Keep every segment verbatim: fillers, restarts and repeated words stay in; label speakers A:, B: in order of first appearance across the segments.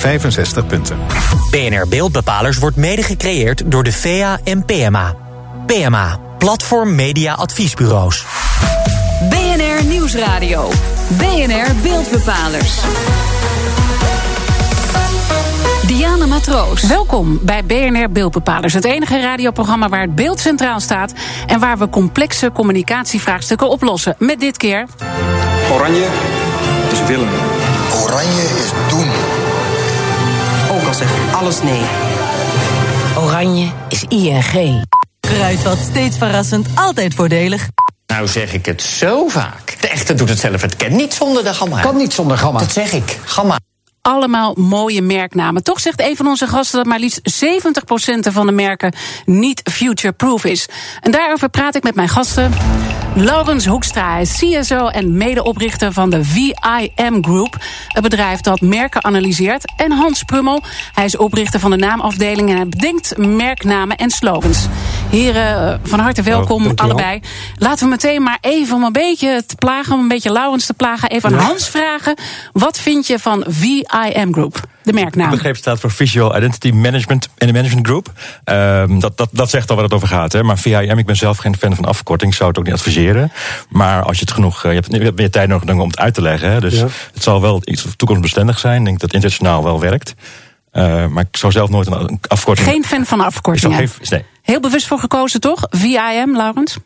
A: vijfenzestig punten.
B: B N R Beeldbepalers wordt mede gecreëerd door de V A en P M A. P M A, Platform Media Adviesbureaus.
C: B N R Nieuwsradio. B N R Beeldbepalers. Diana Matroos.
D: Welkom bij B N R Beeldbepalers, het enige radioprogramma waar het beeld centraal staat en waar we complexe communicatievraagstukken oplossen. Met dit keer...
E: Oranje is willen.
F: Oranje is doen.
G: Ook al zegt alles nee.
H: Oranje is I N G.
I: Kruidvat, steeds verrassend, altijd voordelig.
J: Nou zeg ik het zo vaak. De echte doet het zelf, het kan niet zonder de gamma.
K: Kan niet zonder gamma.
J: Dat zeg ik, gamma.
D: Allemaal mooie merknamen. Toch zegt een van onze gasten dat maar liefst zeventig procent van de merken niet future-proof is. En daarover praat ik met mijn gasten. Laurens Hoekstra, hij is C S O en medeoprichter van de V I M Group, een bedrijf dat merken analyseert. En Hans Prummel, hij is oprichter van de naamafdeling en hij bedenkt merknamen en slogans. Heren, van harte welkom, oh, allebei. Laten we meteen maar even om een beetje te plagen, om een beetje Laurens te plagen, even aan ja. Hans vragen. Wat vind je van V I M Group? De merknaam.
L: Het begrip staat voor Visual Identity Management en de Management Group. Um, dat, dat, dat zegt al waar het over gaat. Hè. Maar V I M, ik ben zelf geen fan van afkorting, zou het ook niet adviseren. Maar als je het genoeg, je hebt, je hebt meer tijd nodig om het uit te leggen. Hè. Dus ja. het zal wel iets toekomstbestendig zijn. Ik denk dat het internationaal wel werkt. Uh, maar ik zou zelf nooit een afkorting...
D: Geen fan van afkortingen.
L: Geen, nee.
D: Heel bewust voor gekozen, toch? V I M, Laurens?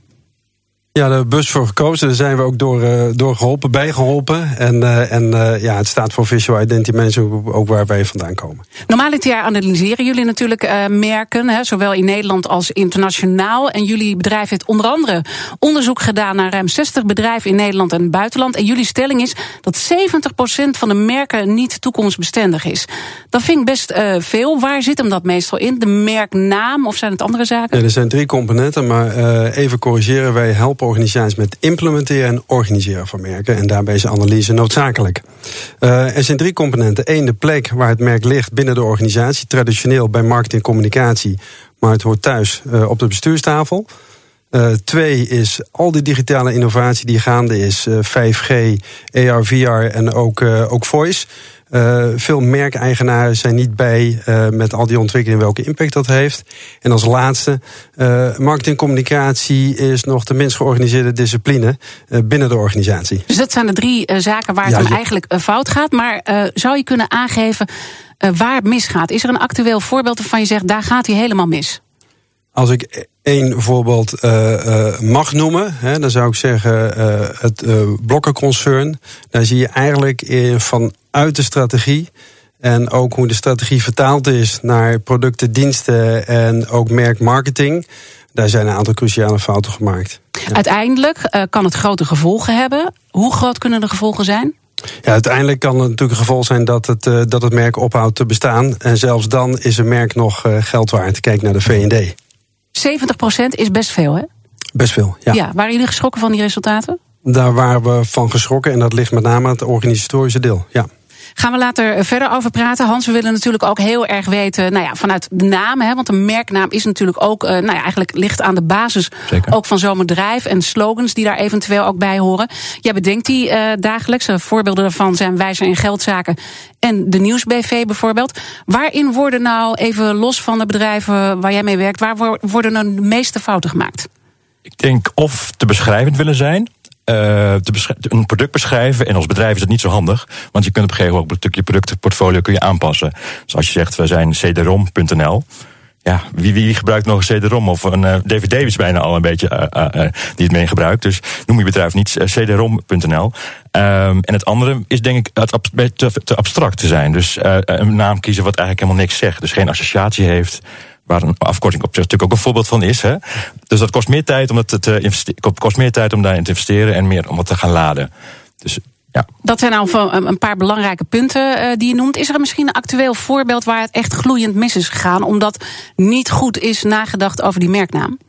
M: Ja, daar hebben we bewust voor gekozen. Daar zijn we ook door, uh, door geholpen, bijgeholpen. En, uh, en uh, ja, het staat voor Visual Identity Management, ook waar wij vandaan komen.
D: Normaal dit jaar analyseren jullie natuurlijk uh, merken, hè, zowel in Nederland als internationaal. En jullie bedrijf heeft onder andere onderzoek gedaan naar ruim zestig bedrijven in Nederland en het buitenland. En jullie stelling is dat zeventig procent van de merken niet toekomstbestendig is. Dat vind ik best uh, veel. Waar zit hem dat meestal in? De merknaam of zijn het andere zaken?
M: Ja, er zijn drie componenten, maar uh, even corrigeren. Wij helpen organisaties met implementeren en organiseren van merken. En daarbij is analyse noodzakelijk. Uh, er zijn drie componenten. Eén, de plek waar het merk ligt binnen de organisatie. Traditioneel bij marketing en communicatie. Maar het hoort thuis uh, op de bestuurstafel. Uh, twee is al die digitale innovatie die gaande is. Uh, vijf G, A R, V R en ook, uh, ook voice. Uh, veel merkeigenaren zijn niet bij uh, met al die ontwikkelingen welke impact dat heeft. En als laatste, uh, marketing en communicatie is nog de minst georganiseerde discipline uh, binnen de organisatie.
D: Dus dat zijn de drie uh, zaken waar het ja, om ja. eigenlijk uh, fout gaat. Maar uh, zou je kunnen aangeven uh, waar het misgaat? Is er een actueel voorbeeld waarvan je zegt, daar gaat hij helemaal mis? Als
M: ik één voorbeeld uh, uh, mag noemen, hè, dan zou ik zeggen uh, het uh, blokkenconcern. Daar zie je eigenlijk in, vanuit de strategie en ook hoe de strategie vertaald is naar producten, diensten en ook merkmarketing. Daar zijn een aantal cruciale fouten gemaakt. Ja.
D: Uiteindelijk uh, kan het grote gevolgen hebben. Hoe groot kunnen de gevolgen zijn?
M: Ja, uiteindelijk kan het natuurlijk een gevolg zijn dat het, uh, dat het merk ophoudt te bestaan. En zelfs dan is een merk nog uh, geld waard. Kijk naar de V en D.
D: zeventig procent is best veel, hè?
M: Best veel, ja.
D: ja. Waren jullie geschrokken van die resultaten?
M: Daar waren we van geschrokken en dat ligt met name aan het organisatorische deel, ja.
D: Gaan we later verder over praten. Hans, we willen natuurlijk ook heel erg weten, nou ja, vanuit de naam, hè, want een merknaam is natuurlijk ook, uh, nou ja, eigenlijk ligt aan de basis Zeker. ook van zo'n bedrijf en slogans die daar eventueel ook bij horen. Jij bedenkt die uh, dagelijks. Voorbeelden daarvan zijn Wijzer in Geldzaken en de Nieuws B V bijvoorbeeld. Waarin worden nou, even los van de bedrijven waar jij mee werkt, waar worden nou de meeste fouten gemaakt?
L: Ik denk of te beschrijvend willen zijn. Uh, te besch- een product beschrijven. En als bedrijf is dat niet zo handig. Want je kunt op een gegeven moment ook je productportfolio kun je aanpassen. Dus als je zegt, we zijn c d rom punt n l. Ja, wie, wie gebruikt nog een C D-ROM? Of een uh, D V D is bijna al een beetje uh, uh, uh, die het mee gebruikt. Dus noem je bedrijf niet uh, c d rom punt n l. Um, en het andere is denk ik het ab- te, te abstract te zijn. Dus uh, een naam kiezen wat eigenlijk helemaal niks zegt. Dus geen associatie heeft. Waar een afkorting op zich natuurlijk ook een voorbeeld van is. Hè? Dus dat kost meer tijd om dat te investeren. Kost meer tijd om daarin te investeren en meer om het te gaan laden. Dus ja.
D: Dat zijn al een paar belangrijke punten uh, die je noemt. Is er misschien een actueel voorbeeld waar het echt gloeiend mis is gegaan, omdat niet goed is nagedacht over die merknaam?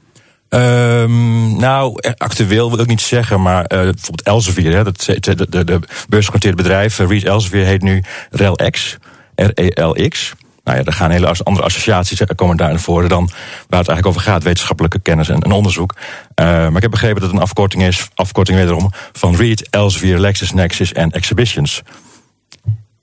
L: Um, nou, actueel wil ik niet zeggen, maar uh, bijvoorbeeld Elsevier, hè, dat, de, de, de beursgenoteerde bedrijf, Reed Elsevier heet nu RELX, R E L X. Nou ja, er gaan hele andere associaties komen daar naar voren dan waar het eigenlijk over gaat, wetenschappelijke kennis en, en onderzoek. Uh, maar ik heb begrepen dat het een afkorting is, afkorting wederom, van Reed, Elsevier, LexisNexis en Exhibitions.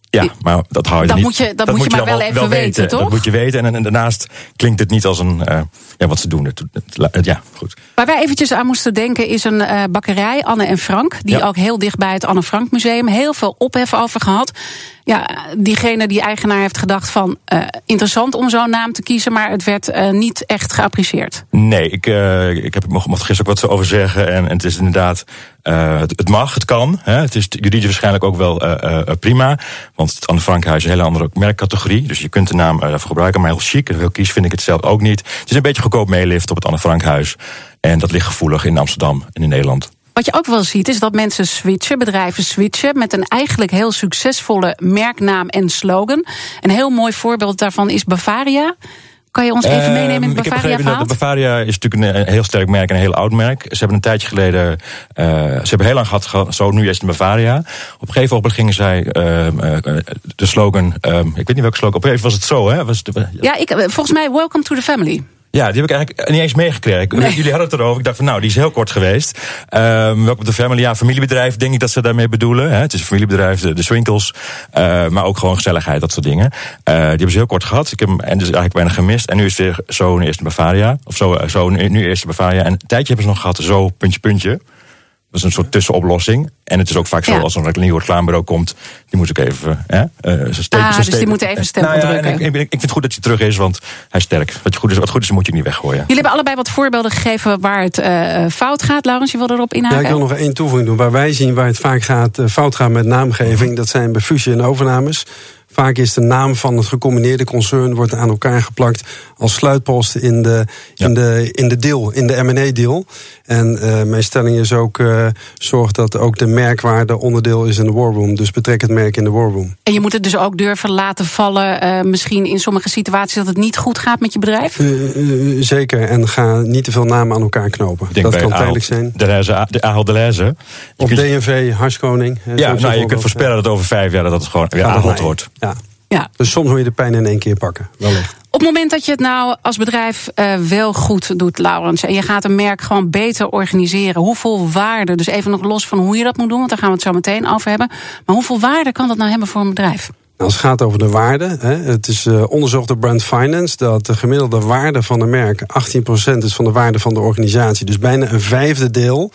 L: Ja, maar dat hou je
D: dat
L: niet.
D: Moet je, dat, dat
L: moet
D: je,
L: je
D: maar wel, wel even
L: wel
D: weten,
L: weten,
D: toch?
L: Dat moet je weten. En, en daarnaast klinkt het niet als een uh, ja, wat ze doen. Het, het, het, ja, goed.
D: Waar wij eventjes aan moesten denken is een uh, bakkerij, Anne en Frank. Die ja. ook heel dicht bij het Anne Frank Museum. Heel veel ophef over gehad. Ja, diegene die eigenaar heeft gedacht van uh, interessant om zo'n naam te kiezen, maar het werd uh, niet echt geapprecieerd.
L: Nee, ik, uh, ik heb mocht gisteren ook wat over zeggen. En, en het is inderdaad, uh, het, het mag, het kan. Hè. Het is juridisch waarschijnlijk ook wel uh, uh, prima. Want het Anne Frank Huis is een hele andere merkcategorie. Dus je kunt de naam uh, gebruiken, maar heel chic en heel kies vind ik het zelf ook niet. Het is een beetje goedkoop meelift op het Anne Frank Huis. En dat ligt gevoelig in Amsterdam en in Nederland.
D: Wat je ook wel ziet is dat mensen switchen, bedrijven switchen met een eigenlijk heel succesvolle merknaam en slogan. Een heel mooi voorbeeld daarvan is Bavaria. Kan je ons even meenemen in het Bavaria-verhaal?
L: Bavaria is natuurlijk een heel sterk merk en een heel oud merk. Ze hebben een tijdje geleden, uh, ze hebben heel lang gehad, zo nu is het Bavaria. Op een gegeven moment gingen zij uh, uh, de slogan, uh, ik weet niet welke slogan, op een gegeven moment was het zo, hè? Was het, uh,
D: ja, ik, volgens mij Welcome to the Family.
L: Ja, die heb ik eigenlijk niet eens meegekregen. Nee. Jullie hadden het erover. Ik dacht van nou, die is heel kort geweest. Um, welkom de family. Ja, familiebedrijf denk ik dat ze daarmee bedoelen. Hè. Het is een familiebedrijf, de, de Swinkels. Uh, maar ook gewoon gezelligheid, dat soort dingen. Uh, die hebben ze heel kort gehad. Ik heb hem en dus eigenlijk bijna gemist. En nu is het weer zo, nu eerst de Bavaria. Of zo, zo nu, nu eerst de Bavaria. En een tijdje hebben ze nog gehad, zo, puntje, puntje. Dat is een soort tussenoplossing. En het is ook vaak zo, ja. als er een nieuw reclamebureau komt, die moet ik even... Hè, uh, zo steek,
D: ah,
L: zo
D: dus
L: steek,
D: die moeten even stempel
L: nou ja,
D: drukken.
L: Ik, ik, ik vind het goed dat hij terug is, want hij is sterk. Wat goed is, wat goed is moet je niet weggooien.
D: Jullie hebben allebei wat voorbeelden gegeven waar het uh, fout gaat. Laurens, je wil erop inhaken?
M: Ja, ik wil nog één toevoeging doen. Waar wij zien waar het vaak gaat, uh, fout gaat met naamgeving, dat zijn bij fusie en overnames. Vaak is de naam van het gecombineerde concern wordt aan elkaar geplakt als sluitpost in de, in ja. de, in de deal, in de M en A-deal. En uh, mijn stelling is ook, uh, zorg dat ook de merkwaarde onderdeel is in de war room. Dus betrek het merk in de war room.
D: En je moet het dus ook durven laten vallen, uh, misschien in sommige situaties dat het niet goed gaat met je bedrijf?
M: Uh, uh, zeker, en ga niet te veel namen aan elkaar knopen. Dat kan tijdelijk zijn.
L: De Ahold Delhaize.
M: Of D N V, Harskoning.
L: Ja, nou, je kunt voorspellen ja. dat over vijf jaar dat het gewoon weer Ahold wordt.
M: Ja. Ja. Dus soms moet je de pijn in één keer pakken, wellicht.
D: Op het moment dat je het nou als bedrijf uh, wel goed doet, Laurens, en je gaat een merk gewoon beter organiseren, hoeveel waarde, dus even nog los van hoe je dat moet doen, want daar gaan we het zo meteen over hebben, maar hoeveel waarde kan dat nou hebben voor een bedrijf?
M: Als het gaat over de waarde, hè, het is uh, onderzocht door Brand Finance dat de gemiddelde waarde van een merk achttien procent is van de waarde van de organisatie. Dus bijna een vijfde deel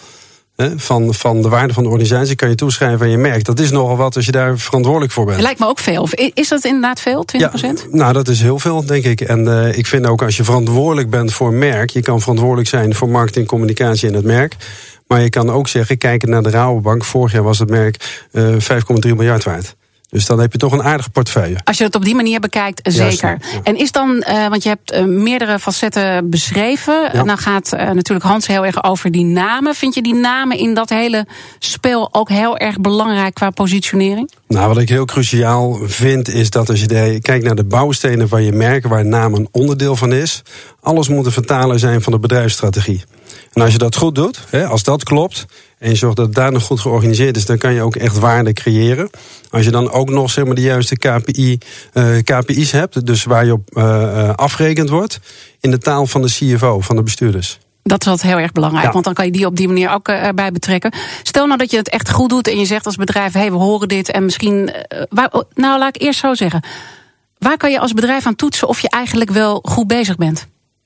M: Van, van de waarde van de organisatie kan je toeschrijven aan je merk. Dat is nogal wat als je daar verantwoordelijk voor bent.
D: Het lijkt me ook veel. Is dat inderdaad veel, twintig procent?
M: Ja, nou, dat is heel veel, denk ik. En uh, ik vind ook als je verantwoordelijk bent voor een merk, je kan verantwoordelijk zijn voor marketing, communicatie en het merk. Maar je kan ook zeggen, kijkend naar de Rabobank, vorig jaar was het merk uh, vijf komma drie miljard waard. Dus dan heb je toch een aardige portefeuille.
D: Als je het op die manier bekijkt, zeker. Ja, ja. En is dan, uh, want je hebt uh, meerdere facetten beschreven. Ja. Dan gaat uh, natuurlijk Hans heel erg over die namen. Vind je die namen in dat hele spel ook heel erg belangrijk qua positionering?
M: Nou, wat ik heel cruciaal vind, is dat als je de, kijkt naar de bouwstenen van je merk, waar naam een onderdeel van is, alles moet een vertaler zijn van de bedrijfsstrategie. En als je dat goed doet, hè, als dat klopt, en je zorgt dat het daar nog goed georganiseerd is, dan kan je ook echt waarde creëren. Als je dan ook nog zeg maar, de juiste K P I, uh, K P I's hebt, dus waar je op uh, afgerekend wordt, in de taal van de C F O, van de bestuurders.
D: Dat is wat heel erg belangrijk,
M: ja.
D: want dan kan je die op die manier ook erbij uh, betrekken. Stel nou dat je het echt goed doet en je zegt als bedrijf, hé, hey, we horen dit en misschien, uh, waar, nou laat ik eerst zo zeggen, waar kan je als bedrijf aan toetsen of je eigenlijk wel goed bezig bent?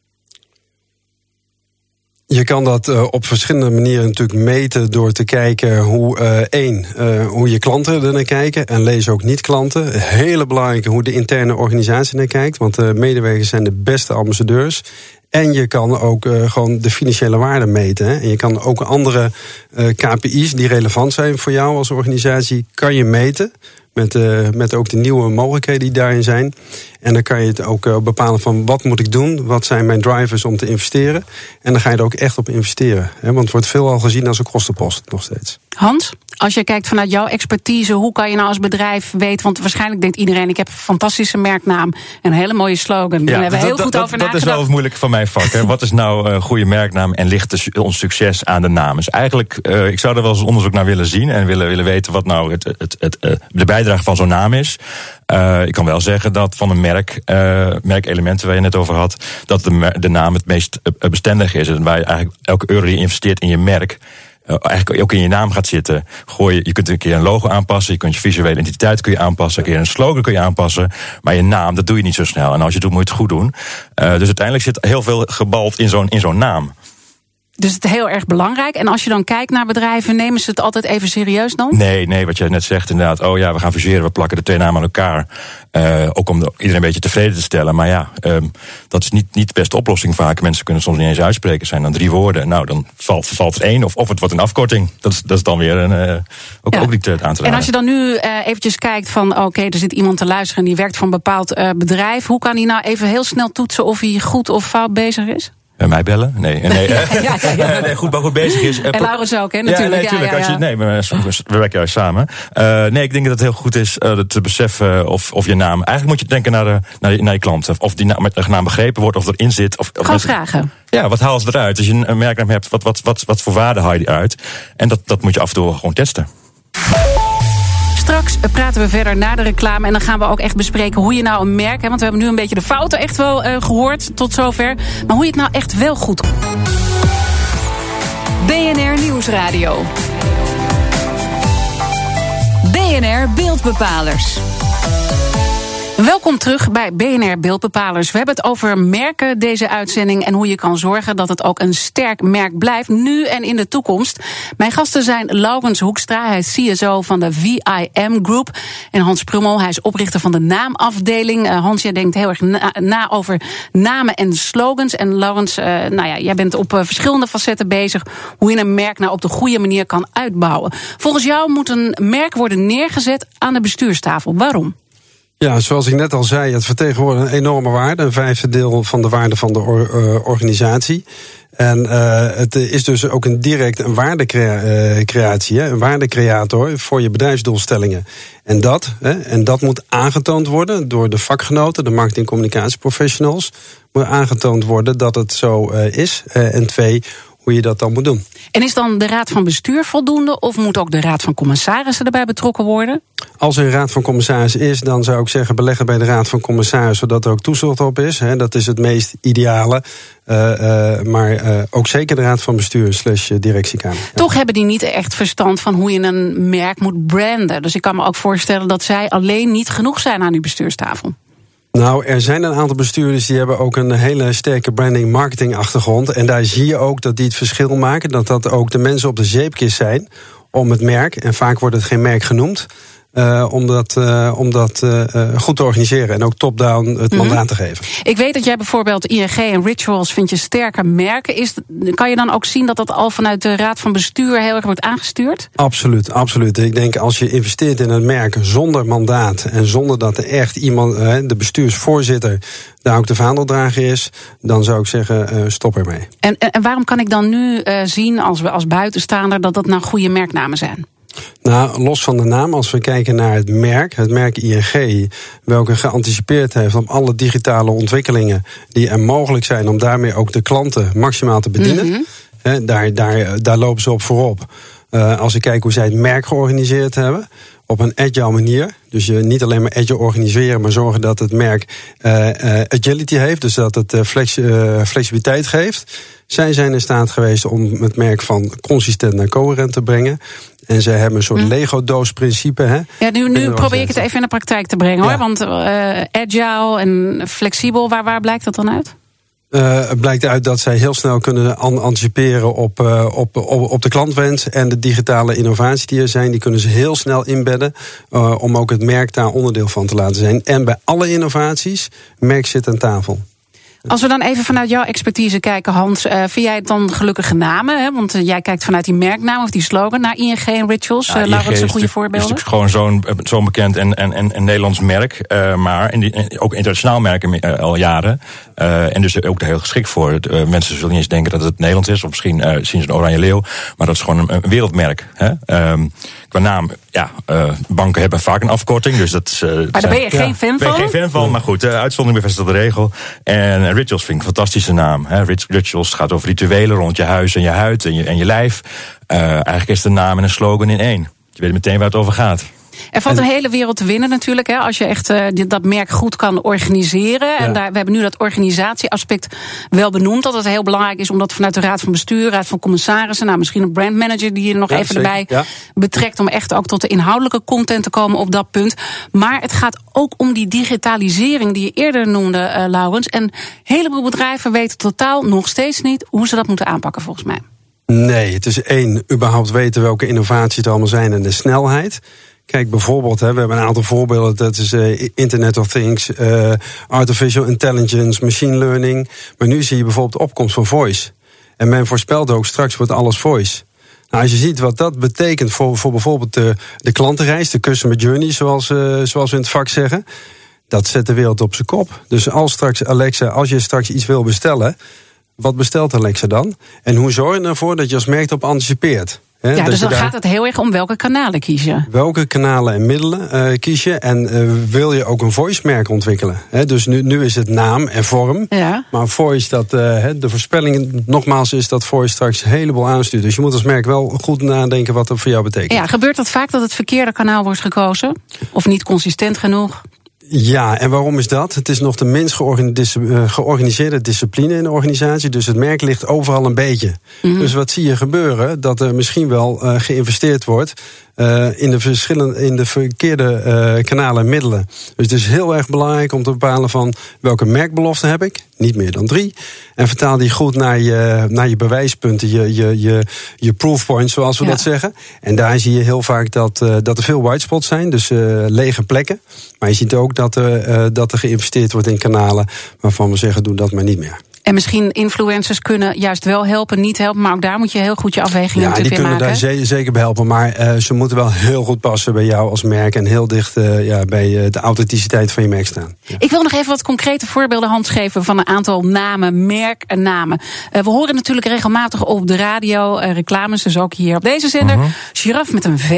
M: Je kan dat uh, op verschillende manieren natuurlijk meten door te kijken hoe, uh, één, uh, hoe je klanten er naar kijken en lees ook niet-klanten. Hele belangrijke hoe de interne organisatie naar kijkt, want de medewerkers zijn de beste ambassadeurs. En je kan ook uh, gewoon de financiële waarde meten. Hè. En je kan ook andere uh, K P I's die relevant zijn voor jou als organisatie, kan je meten. Met, uh, met ook de nieuwe mogelijkheden die daarin zijn. En dan kan je het ook uh, bepalen van wat moet ik doen? Wat zijn mijn drivers om te investeren? En dan ga je er ook echt op investeren. Hè? Want het wordt veelal gezien als een kostenpost nog steeds.
D: Hans, als je kijkt vanuit jouw expertise, hoe kan je nou als bedrijf weten? Want waarschijnlijk denkt iedereen, ik heb een fantastische merknaam en een hele mooie slogan. Daar ja, hebben we heel
L: dat,
D: goed
L: dat,
D: over
L: dat
D: nagedacht.
L: Dat is wel moeilijk van mijn vak. Hè. Wat is nou een goede merknaam en ligt de, ons succes aan de naam? Dus eigenlijk, uh, ik zou er wel eens onderzoek naar willen zien en willen, willen weten wat nou het, het, het, het, de bijdrage van zo'n naam is. Uh, ik kan wel zeggen dat van een merk, uh, merkelementen waar je net over had, dat de, de naam het meest bestendig is. En waar je eigenlijk elke euro die je investeert in je merk, uh, eigenlijk ook in je naam gaat zitten. Gooi je, je kunt een keer een logo aanpassen, je kunt je visuele identiteit kun je aanpassen, een keer een slogan kun je aanpassen, maar je naam, dat doe je niet zo snel. En als je het doet, moet je het goed doen. Uh, dus uiteindelijk zit heel veel gebald in zo'n, in zo'n naam.
D: Dus het is heel erg belangrijk. En als je dan kijkt naar bedrijven, nemen ze het altijd even serieus dan?
L: Nee, nee, wat jij net zegt inderdaad. Oh ja, we gaan fuseren, we plakken de twee namen aan elkaar. Uh, ook om de, iedereen een beetje tevreden te stellen. Maar ja, um, dat is niet, niet de beste oplossing vaak. Mensen kunnen soms niet eens uitspreken. Het zijn dan drie woorden. Nou, dan valt, valt er één. Of, of het wordt een afkorting. Dat is, dat is dan weer een, uh, ook, ja. ook niet aan te raden.
D: En als je dan nu uh, eventjes kijkt van, oké, okay, er zit iemand te luisteren en die werkt voor een bepaald uh, bedrijf. Hoe kan hij nou even heel snel toetsen of hij goed of fout bezig is?
L: Uh, mij bellen? Nee, nee, ja, ja, ja. nee goed, maar goed bezig is.
D: En Laurens ook, hè, natuurlijk.
L: Ja, nee, natuurlijk.
D: Ja, ja, ja.
L: Als je, nee, we, we werken juist samen. Uh, nee, ik denk dat het heel goed is uh, te beseffen of, of je naam... Eigenlijk moet je denken naar, de, naar, je, naar je klant. Of die naam, naam begrepen wordt, of erin zit. Of,
D: Gewoon vragen.
L: Ja, wat haal ze eruit? Als je een merknaam hebt, wat, wat, wat, wat voor waarde haal je eruit? En dat, dat moet je af en toe gewoon testen.
D: Straks praten we verder na de reclame en dan gaan we ook echt bespreken hoe je nou een merk... Hè, want we hebben nu een beetje de fouten echt wel uh, gehoord tot zover... maar hoe je het nou echt wel goed doet.
C: B N R Nieuwsradio. B N R Beeldbepalers.
D: Welkom terug bij B N R Beeldbepalers. We hebben het over merken, deze uitzending... en hoe je kan zorgen dat het ook een sterk merk blijft... nu en in de toekomst. Mijn gasten zijn Laurens Hoekstra, hij is C S O van de V I M Group... en Hans Prummel, hij is oprichter van de naamafdeling. Uh, Hans, jij denkt heel erg na, na over namen en slogans. En Laurens, uh, nou ja, jij bent op uh, verschillende facetten bezig... hoe je een merk nou op de goede manier kan uitbouwen. Volgens jou moet een merk worden neergezet aan de bestuurstafel. Waarom?
M: Ja, zoals ik net al zei, het vertegenwoordigt een enorme waarde. Een vijfde deel van de waarde van de or, uh, organisatie. En uh, het is dus ook een direct een waardecreatie, hè, een waardecreator voor je bedrijfsdoelstellingen. En dat, hè, en dat moet aangetoond worden door de vakgenoten, de marketing- en communicatieprofessionals. Moet aangetoond worden dat het zo uh, is. Uh, en twee, hoe je dat dan moet doen.
D: En is dan de raad van bestuur voldoende? Of moet ook de raad van commissarissen erbij betrokken worden?
M: Als er een raad van commissarissen is, dan zou ik zeggen... beleggen bij de raad van commissarissen, zodat er ook toezicht op is. Hè, dat is het meest ideale. Uh, uh, maar uh, ook zeker de raad van bestuur slash directiekamer. Ja.
D: Toch hebben die niet echt verstand van hoe je een merk moet branden. Dus ik kan me ook voorstellen dat zij alleen niet genoeg zijn aan die bestuurstafel.
M: Nou, er zijn een aantal bestuurders die hebben ook een hele sterke branding-marketing achtergrond. En daar zie je ook dat die het verschil maken. Dat dat ook de mensen op de zeepkist zijn om het merk. En vaak wordt het geen merk genoemd. Uh, om dat, uh, om dat uh, goed te organiseren en ook top-down het mm-hmm. mandaat te geven.
D: Ik weet dat jij bijvoorbeeld I N G en Rituals vind je sterke merken. Is, kan je dan ook zien dat dat al vanuit de raad van bestuur heel erg wordt aangestuurd?
M: Absoluut, absoluut. Ik denk als je investeert in een merk zonder mandaat en zonder dat er echt iemand, uh, de bestuursvoorzitter, daar ook de vaandeldrager is, dan zou ik zeggen, uh, stop ermee.
D: En, en, en waarom kan ik dan nu uh, zien als, als buitenstaander dat dat nou goede merknamen zijn?
M: Nou, los van de naam, als we kijken naar het merk, het merk I N G, welke geanticipeerd heeft op alle digitale ontwikkelingen die er mogelijk zijn om daarmee ook de klanten maximaal te bedienen. Mm-hmm. He, daar, daar, daar lopen ze op voorop. Uh, als ik kijk hoe zij het merk georganiseerd hebben, op een agile manier. Dus je niet alleen maar agile organiseren, maar zorgen dat het merk uh, uh, agility heeft, dus dat het uh, flex, uh, flexibiliteit geeft. Zij zijn in staat geweest om het merk van consistent naar coherent te brengen. En ze hebben een soort hm. Lego-doos-principe. Hè?
D: Ja, nu, nu probeer ik het even in de praktijk te brengen, hoor. Ja. Want uh, agile en flexibel, waar, waar blijkt dat dan uit?
M: Uh, het blijkt uit dat zij heel snel kunnen an- anticiperen op, uh, op, op, op de klantwens. En de digitale innovatie die er zijn, die kunnen ze heel snel inbedden. Uh, om ook het merk daar onderdeel van te laten zijn. En bij alle innovaties, merk zit aan tafel.
D: Als we dan even vanuit jouw expertise kijken, Hans, uh, vind jij het dan gelukkige namen? Hè? Want uh, jij kijkt vanuit die merknaam of die slogan naar I N G en Rituals. Ja, uh, Laurens, een goede voorbeelden.
L: Het is gewoon zo'n zo'n bekend en, en, en, en Nederlands merk. Uh, maar in die, en ook internationaal merken uh, al jaren. Uh, en dus ook er heel geschikt voor. Uh, mensen zullen niet eens denken dat het Nederlands is. Of misschien uh, zien ze een oranje leeuw. Maar dat is gewoon een, een wereldmerk. Hè? Um, qua naam, ja, uh, banken hebben vaak een afkorting. Dus dat, uh,
D: maar daar ben je geen fan van?
L: Ben je geen fan van, maar goed, uh, uitzondering bevestigt de regel. En uh, Rituals vind ik een fantastische naam. Hè? Rituals gaat over rituelen rond je huis en je huid en je, en je lijf. Uh, eigenlijk is de naam en een slogan in één. Je weet meteen waar het over gaat.
D: Er valt en, een hele wereld te winnen natuurlijk, hè, als je echt uh, dat merk goed kan organiseren. Ja. En daar, we hebben nu dat organisatieaspect wel benoemd, dat het heel belangrijk is om dat vanuit de Raad van Bestuur, Raad van Commissarissen, nou misschien een brandmanager die je er nog ja, even zeker. erbij ja. betrekt, om echt ook tot de inhoudelijke content te komen op dat punt. Maar het gaat ook om die digitalisering die je eerder noemde, uh, Laurens. En een heleboel bedrijven weten totaal nog steeds niet hoe ze dat moeten aanpakken, volgens mij.
M: Nee, het is één, überhaupt weten welke innovaties er allemaal zijn en de snelheid. Kijk, bijvoorbeeld, hè, we hebben een aantal voorbeelden. Dat is uh, Internet of Things, uh, Artificial Intelligence, Machine Learning. Maar nu zie je bijvoorbeeld de opkomst van voice. En men voorspelt ook, straks wordt alles voice. Nou, als je ziet wat dat betekent voor, voor bijvoorbeeld de, de klantenreis, de customer journey, zoals, uh, zoals we in het vak zeggen, dat zet de wereld op zijn kop. Dus als straks Alexa, als je straks iets wil bestellen, wat bestelt Alexa dan? En hoe zorg je ervoor dat je als merk erop anticipeert? He,
D: ja, dus dan gaat het heel erg om welke kanalen kies je.
M: Welke kanalen en middelen uh, kies je. En uh, wil je ook een voice-merk ontwikkelen. He, dus nu, nu is het naam en vorm. Ja. Maar voice, dat, uh, de voorspelling nogmaals is dat voice straks een heleboel aanstuurt. Dus je moet als merk wel goed nadenken wat dat voor jou betekent.
D: Ja, gebeurt dat vaak dat het verkeerde kanaal wordt gekozen? Of niet consistent genoeg?
M: Ja, en waarom is dat? Het is nog de minst georganiseerde discipline in de organisatie. Dus het merk ligt overal een beetje. Mm-hmm. Dus wat zie je gebeuren? Dat er misschien wel uh, geïnvesteerd wordt Uh, in, de verschillende, in de verkeerde uh, kanalen en middelen. Dus het is heel erg belangrijk om te bepalen van welke merkbelofte heb ik. Niet meer dan drie. En vertaal die goed naar je, naar je bewijspunten, je, je, je, je proof points, zoals we ja. dat zeggen. En daar zie je heel vaak dat, uh, dat er veel white spots zijn, dus uh, lege plekken. Maar je ziet ook dat er, uh, dat er geïnvesteerd wordt in kanalen waarvan we zeggen, doe dat maar niet meer.
D: En misschien influencers kunnen juist wel helpen, niet helpen, maar ook daar moet je heel goed je afwegingen
M: ja,
D: natuurlijk in maken.
M: Ja, die kunnen daar zeker bij helpen, maar uh, ze moeten wel heel goed passen bij jou als merk en heel dicht uh, ja, bij uh, de authenticiteit van je merk staan. Ja.
D: Ik wil nog even wat concrete voorbeelden handgeven van een aantal namen, merknamen. Uh, we horen natuurlijk regelmatig op de radio uh, reclames, dus ook hier op deze zender. Uh-huh. Giraffe met een V,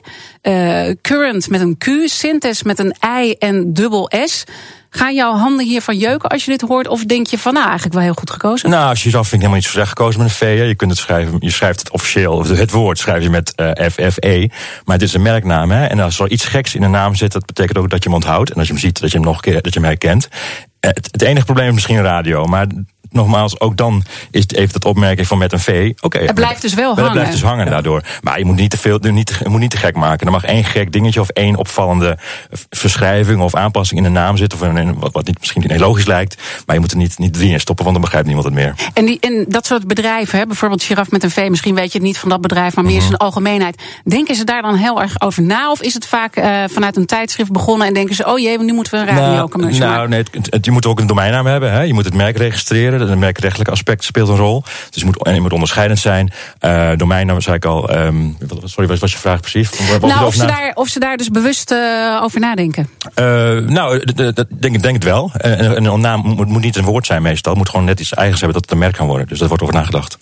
D: uh, Current met een Q, Synthes met een I en dubbel S. Gaan jouw handen hiervan jeuken als je dit hoort? Of denk je van, nou, eigenlijk wel heel goed gekozen?
L: Nou, als je zelf vind ik helemaal niet zo slecht gekozen met een V. Je kunt het schrijven, je schrijft het officieel, het woord schrijf je met uh, F F E. Maar dit is een merknaam, hè. En als er iets geks in een naam zit, dat betekent ook dat je hem onthoudt. En als je hem ziet, dat je hem nog een keer, dat je hem herkent. Het, het enige probleem is misschien radio, maar nogmaals, ook dan is het even dat opmerking van met een V. Oké, okay,
D: het blijft dus wel hangen.
L: Het blijft dus hangen ja. daardoor. Maar je moet niet te veel, niet, je moet niet te gek maken. Er mag één gek dingetje of één opvallende verschrijving of aanpassing in de naam zitten, of in, wat, wat niet, misschien niet logisch lijkt. Maar je moet er niet, niet drie in stoppen, want dan begrijpt niemand het meer.
D: En, die, en dat soort bedrijven, hè, bijvoorbeeld Giraffe met een V, misschien weet je het niet van dat bedrijf, maar meer mm-hmm. in zijn algemeenheid. Denken ze daar dan heel erg over na? Of is het vaak uh, vanuit een tijdschrift begonnen en denken ze, oh jee, nu moeten we een radiocommercial
L: nou, nou, nee, het, het, je moet ook een domeinnaam hebben. Hè? Je moet het merk registreren. Het merkrechtelijke aspect speelt een rol. Dus je moet, en je moet onderscheidend zijn. Uh, domeinnaam, zei ik al. Um, sorry, wat was je vraag precies?
D: Nou, of ze, daar, of ze daar dus bewust uh, over nadenken.
L: Uh, nou, dat denk, denk het wel. En een naam moet, moet niet een woord zijn meestal. Het moet gewoon net iets eigens hebben dat het een merk kan worden. Dus daar wordt over nagedacht.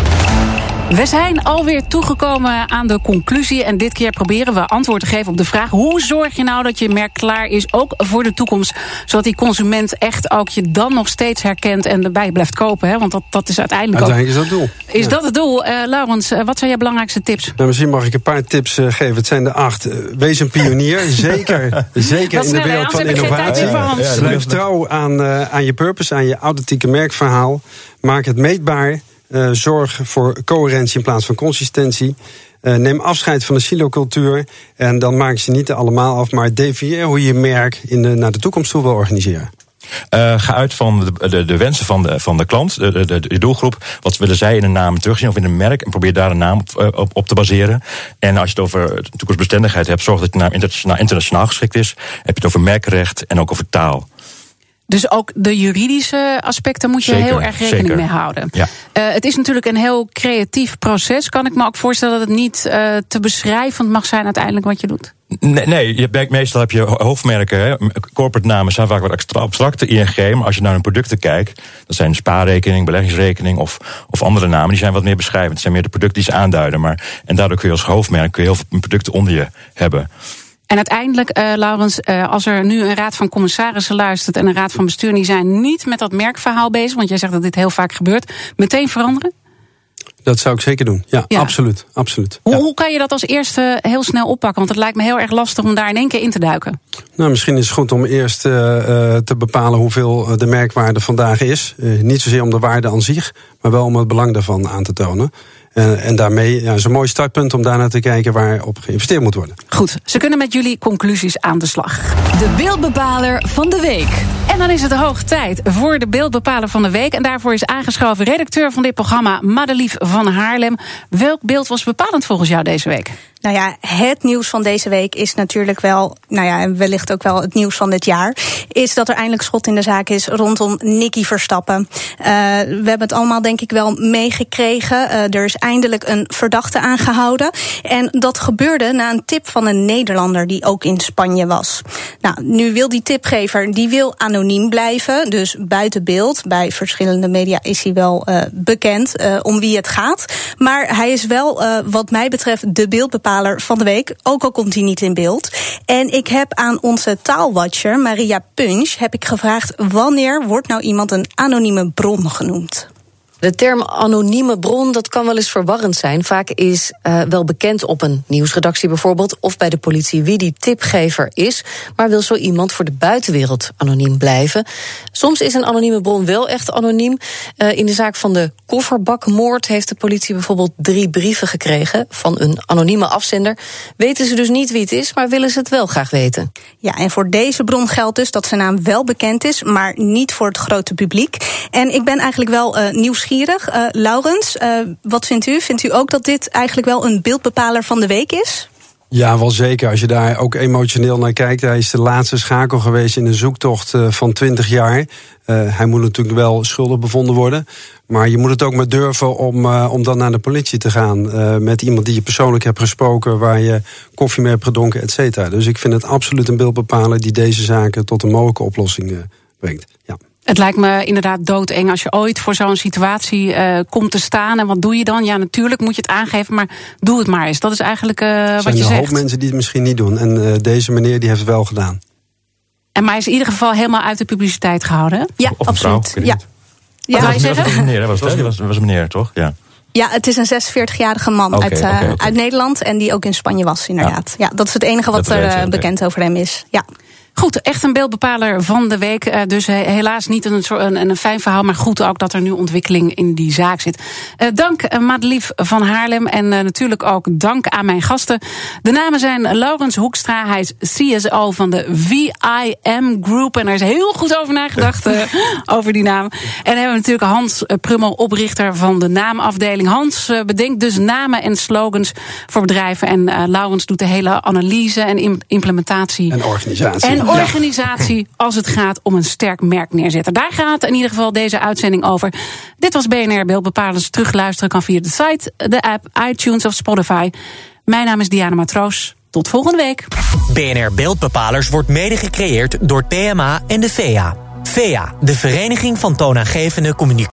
D: We zijn alweer toegekomen aan de conclusie. En dit keer proberen we antwoord te geven op de vraag: hoe zorg je nou dat je merk klaar is, ook voor de toekomst, zodat die consument echt ook je dan nog steeds herkent en erbij blijft kopen? Hè? Want dat, dat is uiteindelijk,
M: uiteindelijk ook... is dat het doel.
D: Is
M: ja.
D: dat het doel? Uh, Laurens, uh, wat zijn jouw belangrijkste tips?
M: Nou, misschien mag ik een paar tips uh, geven. Het zijn de acht. Uh, wees een pionier. Zeker, zeker in de wereld van innovatie. Ja, ja, Blijf trouw aan, uh, aan je purpose, aan je authentieke merkverhaal. Maak het meetbaar. Uh, zorg voor coherentie in plaats van consistentie. Uh, neem afscheid van de silocultuur. En dan maak je niet allemaal af, maar definieer hoe je je merk in de, naar de toekomst toe wil organiseren.
L: Uh, ga uit van de, de, de wensen van de, van de klant, de, de, de doelgroep. Wat willen zij in een naam terugzien of in een merk? En probeer daar een naam op, op, op te baseren. En als je het over toekomstbestendigheid hebt, zorg dat je naam internationaal, internationaal geschikt is. Heb je het over merkrecht en ook over taal.
D: Dus ook de juridische aspecten moet je zeker, heel erg rekening
L: zeker.
D: mee houden.
L: Ja.
D: Uh, het is natuurlijk een heel creatief proces. Kan ik me ook voorstellen dat het niet uh, te beschrijvend mag zijn uiteindelijk wat je doet?
L: Nee, nee je hebt, meestal heb je hoofdmerken, hè, corporate namen zijn vaak wat abstracte, I N G. Maar als je naar hun producten kijkt, dat zijn spaarrekening, beleggingsrekening of, of andere namen, die zijn wat meer beschrijvend. Het zijn meer de producten die ze aanduiden. Maar, en daardoor kun je als hoofdmerk kun je heel veel producten onder je hebben.
D: En uiteindelijk, uh, Laurens, uh, als er nu een raad van commissarissen luistert en een raad van bestuur, die zijn niet met dat merkverhaal bezig, want jij zegt dat dit heel vaak gebeurt, meteen veranderen?
M: Dat zou ik zeker doen. Ja, ja. absoluut. absoluut.
D: Hoe,
M: ja.
D: hoe kan je dat als eerste heel snel oppakken? Want het lijkt me heel erg lastig om daar in één keer in te duiken.
M: Nou, misschien is het goed om eerst uh, uh, te bepalen hoeveel de merkwaarde vandaag is. Uh, niet zozeer om de waarde aan zich, maar wel om het belang daarvan aan te tonen. Uh, en daarmee ja, is een mooi startpunt om daarna te kijken waar op geïnvesteerd moet worden.
D: Goed, ze kunnen met jullie conclusies aan de slag.
C: De beeldbepaler van de week.
D: En dan is het hoog tijd voor de beeldbepaler van de week. En daarvoor is aangeschoven redacteur van dit programma, Madelief van Haarlem. Welk beeld was bepalend volgens jou deze week?
A: Nou ja, het nieuws van deze week is natuurlijk wel, nou ja, en wellicht ook wel het nieuws van dit jaar, is dat er eindelijk schot in de zaak is rondom Nicky Verstappen. Uh, we hebben het allemaal denk ik wel meegekregen. Uh, er is eindelijk een verdachte aangehouden. En dat gebeurde na een tip van een Nederlander die ook in Spanje was. Nou, nu wil die tipgever, die wil anoniem blijven, dus buiten beeld. Bij verschillende media is hij wel uh, bekend uh, om wie het gaat. Maar hij is wel, uh, wat mij betreft, de beeldbepaler van de week, ook al komt hij niet in beeld. En ik heb aan onze taalwatcher, Maria Punch, heb ik gevraagd wanneer wordt nou iemand een anonieme bron genoemd?
K: De term anonieme bron, dat kan wel eens verwarrend zijn. Vaak is uh, wel bekend op een nieuwsredactie bijvoorbeeld, of bij de politie wie die tipgever is, maar wil zo iemand voor de buitenwereld anoniem blijven. Soms is een anonieme bron wel echt anoniem. Uh, in de zaak van de kofferbakmoord heeft de politie bijvoorbeeld drie brieven gekregen van een anonieme afzender. Weten ze dus niet wie het is, maar willen ze het wel graag weten.
A: Ja, en voor deze bron geldt dus dat zijn naam wel bekend is, maar niet voor het grote publiek. En ik ben eigenlijk wel uh, nieuwsgierig. Uh, Laurens, uh, wat vindt u? Vindt u ook dat dit eigenlijk wel een beeldbepaler van de week is?
M: Ja, wel zeker. Als je daar ook emotioneel naar kijkt. Hij is de laatste schakel geweest in een zoektocht uh, van twintig jaar. Uh, hij moet natuurlijk wel schuldig bevonden worden. Maar je moet het ook maar durven om, uh, om dan naar de politie te gaan. Uh, met iemand die je persoonlijk hebt gesproken, waar je koffie mee hebt gedronken, et cetera. Dus ik vind het absoluut een beeldbepaler die deze zaken tot een mogelijke oplossing uh, brengt. Ja.
D: Het lijkt me inderdaad doodeng als je ooit voor zo'n situatie uh, komt te staan. En wat doe je dan? Ja, natuurlijk moet je het aangeven, maar doe het maar eens. Dat is eigenlijk uh, wat je zegt. Er zijn een hoop
M: mensen die het misschien niet doen. En uh, deze meneer die heeft het wel gedaan.
D: En maar hij is in ieder geval helemaal uit de publiciteit gehouden, hè?
A: Ja,
L: of
A: absoluut.
L: Vrouw,
A: ja.
D: Wat
A: ja.
D: wil je zeggen?
L: Was meneer, was het, was, was een meneer, toch? Ja.
A: Ja, het is een zesenveertigjarige man
L: okay,
A: uit, uh,
L: okay, okay.
A: uit Nederland en die ook in Spanje was, inderdaad. Ja, ja dat is het enige wat er uh, bekend over hem is. Ja.
D: Goed, echt een beeldbepaler van de week. Uh, dus uh, helaas niet een, een, een fijn verhaal, maar goed ook dat er nu ontwikkeling in die zaak zit. Uh, dank uh, Madelief van Haarlem en uh, natuurlijk ook dank aan mijn gasten. De namen zijn Laurens Hoekstra, hij is C S O van de V I M Group. En er is heel goed over nagedacht uh, over die naam. En dan hebben we natuurlijk Hans Prummel, oprichter van de naamafdeling. Hans uh, bedenkt dus namen en slogans voor bedrijven. En uh, Laurens doet de hele analyse en implementatie.
M: En organisatie.
D: En organisatie als het gaat om een sterk merk neerzetten. Daar gaat in ieder geval deze uitzending over. Dit was B N R Beeldbepalers. Terugluisteren kan via de site, de app, iTunes of Spotify. Mijn naam is Diana Matroos. Tot volgende week.
B: B N R Beeldbepalers wordt mede gecreëerd door P M A en de V E A. V E A, de Vereniging van Toonaangevende Communicatie.